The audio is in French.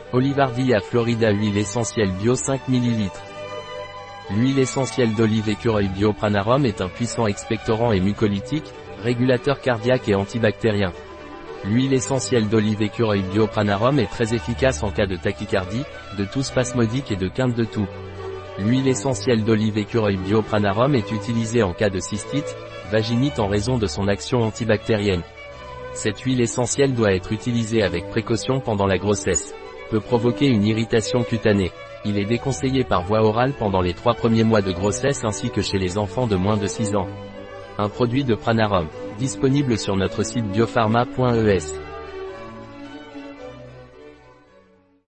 Olivardilla Florida huile essentielle bio 5 ml. L'huile essentielle d'olive écureuil bio Pranarum est un puissant expectorant et mucolytique, régulateur cardiaque et antibactérien. L'huile essentielle d'olive écureuil bio Pranarum est très efficace en cas de tachycardie, de toux spasmodique et de quinte de toux. L'huile essentielle d'olive écureuil bio Pranarum est utilisée en cas de cystite, vaginite en raison de son action antibactérienne. Cette huile essentielle doit être utilisée avec précaution pendant la grossesse. Peut provoquer une irritation cutanée. Il est déconseillé par voie orale pendant les 3 premiers mois de grossesse ainsi que chez les enfants de moins de 6 ans. Un produit de Pranarum, disponible sur notre site biopharma.es.